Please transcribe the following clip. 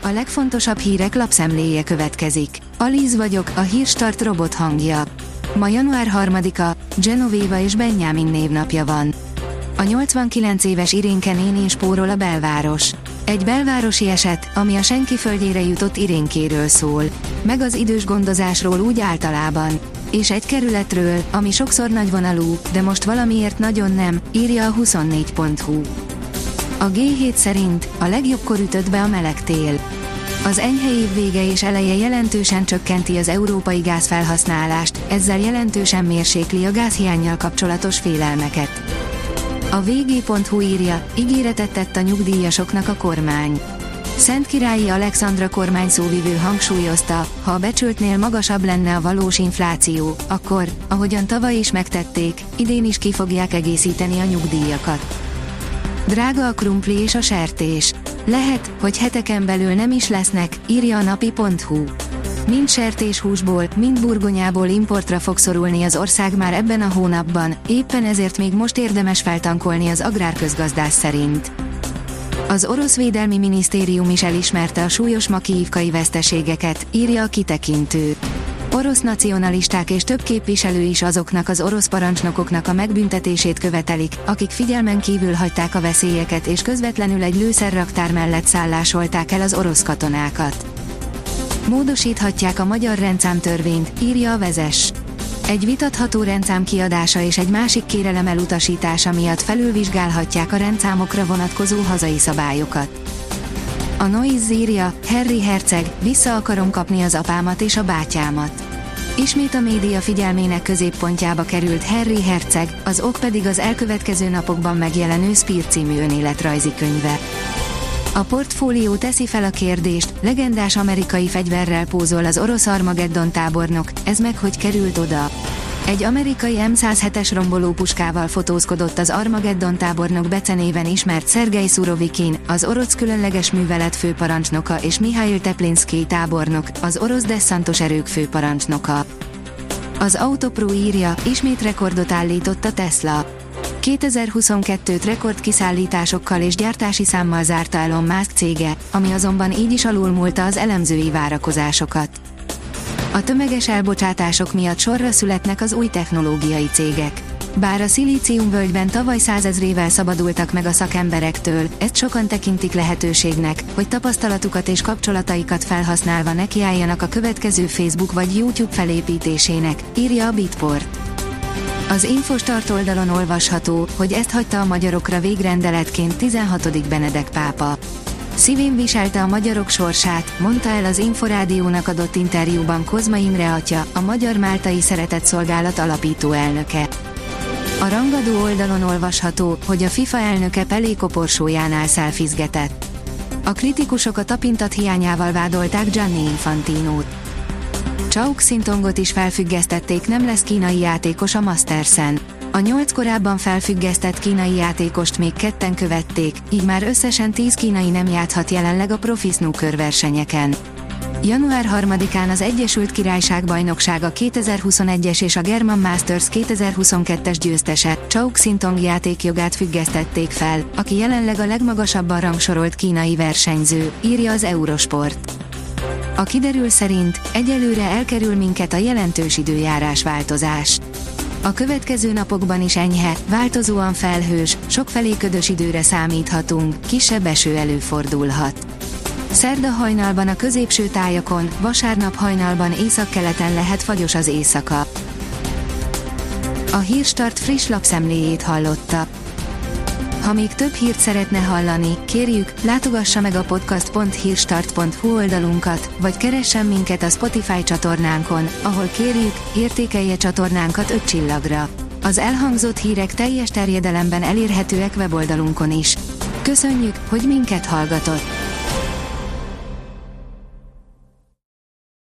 A legfontosabb hírek lapszemléje következik. Aliz vagyok, a Hírstart robot hangja. Ma január 3-a, Genovéva és Benjamin névnapja van. A 89 éves Irénke nénén spórol a belváros. Egy belvárosi eset, ami a senki földjére jutott Irénkéről szól. Meg az idős gondozásról úgy általában. És egy kerületről, ami sokszor nagyvonalú, de most valamiért nagyon nem, írja a 24.hu. A G7 szerint a legjobbkor ütött be a meleg tél. Az enyhe év vége és eleje jelentősen csökkenti az európai gázfelhasználást, ezzel jelentősen mérsékli a gázhiánnyal kapcsolatos félelmeket. A vg.hu írja, ígéretet tett a nyugdíjasoknak a kormány. Szentkirályi Alexandra kormányszóvivő hangsúlyozta, ha a becsültnél magasabb lenne a valós infláció, akkor, ahogyan tavaly is megtették, idén is ki fogják egészíteni a nyugdíjakat. Drága a krumpli és a sertés. Lehet, hogy heteken belül nem is lesznek, írja a napi.hu. Mind sertéshúsból, mind burgonyából importra fog szorulni az ország már ebben a hónapban, éppen ezért még most érdemes feltankolni az agrárközgazdász szerint. Az orosz védelmi minisztérium is elismerte a súlyos makijivkai veszteségeket, írja a kitekintő. Orosz nacionalisták és több képviselő is azoknak az orosz parancsnokoknak a megbüntetését követelik, akik figyelmen kívül hagyták a veszélyeket és közvetlenül egy lőszerraktár mellett szállásolták el az orosz katonákat. Módosíthatják a magyar rendszámtörvényt, írja a Vezess. Egy vitatható rendszám kiadása és egy másik kérelem elutasítása miatt felülvizsgálhatják a rendszámokra vonatkozó hazai szabályokat. A Noise írja, Harry herceg, vissza akarom kapni az apámat és a bátyámat. Ismét a média figyelmének középpontjába került Harry herceg, az ok pedig az elkövetkező napokban megjelenő Spear című önéletrajzi könyve. A Portfólió teszi fel a kérdést, legendás amerikai fegyverrel pózol az orosz Armageddon tábornok, ez meg hogy került oda? Egy amerikai M107-es rombolópuskával fotózkodott az Armageddon tábornok becenéven ismert Szergej Szurovikin, az orosz különleges művelet főparancsnoka és Mihail Teplinszkij tábornok, az orosz desszantos erők főparancsnoka. Az Autopro írja, ismét rekordot állított a Tesla. 2022-t rekordkiszállításokkal és gyártási számmal zárta Elon Musk cége, ami azonban így is alulmúlta az elemzői várakozásokat. A tömeges elbocsátások miatt sorra születnek az új technológiai cégek. Bár a szilíciumvölgyben tavaly 100 000-ével szabadultak meg a szakemberektől, ezt sokan tekintik lehetőségnek, hogy tapasztalatukat és kapcsolataikat felhasználva nekiálljanak a következő Facebook vagy YouTube felépítésének, írja a Bitport. Az Infostart oldalon olvasható, hogy ezt hagyta a magyarokra végrendeletként 16. Benedek pápa. Szívén viselte a magyarok sorsát, mondta el az Inforádiónak adott interjúban Kozma Imre atya, a Magyar Máltai Szeretetszolgálat alapító elnöke. A rangadó oldalon olvasható, hogy a FIFA elnöke Pelé koporsójánál szelfizgetett. A kritikusok a tapintat hiányával vádolták Gianni Infantinót. Chao Xintongot is felfüggesztették, nem lesz kínai játékos a Mastersen. A 8 korábban felfüggesztett kínai játékost még ketten követték, így már összesen 10 kínai nem játszhat jelenleg a profi snooker versenyeken. Január 3-án az Egyesült Királyság bajnoksága 2021-es és a German Masters 2022-es győztese, Chao Xintong játékjogát függesztették fel, aki jelenleg a legmagasabban rangsorolt kínai versenyző, írja az Eurosport. A kiderül szerint egyelőre elkerül minket a jelentős időjárás változás. A következő napokban is enyhe, változóan felhős, sokfelé ködös időre számíthatunk, kisebb eső előfordulhat. Szerda hajnalban a középső tájakon, vasárnap hajnalban északkeleten lehet fagyos az éjszaka. A Hírstart friss lapszemléjét hallotta. Ha még több hírt szeretne hallani, kérjük, látogassa meg a podcast.hírstart.hu oldalunkat, vagy keressen minket a Spotify csatornánkon, ahol kérjük, értékelje csatornánkat 5 csillagra. Az elhangzott hírek teljes terjedelemben elérhetőek weboldalunkon is. Köszönjük, hogy minket hallgatott!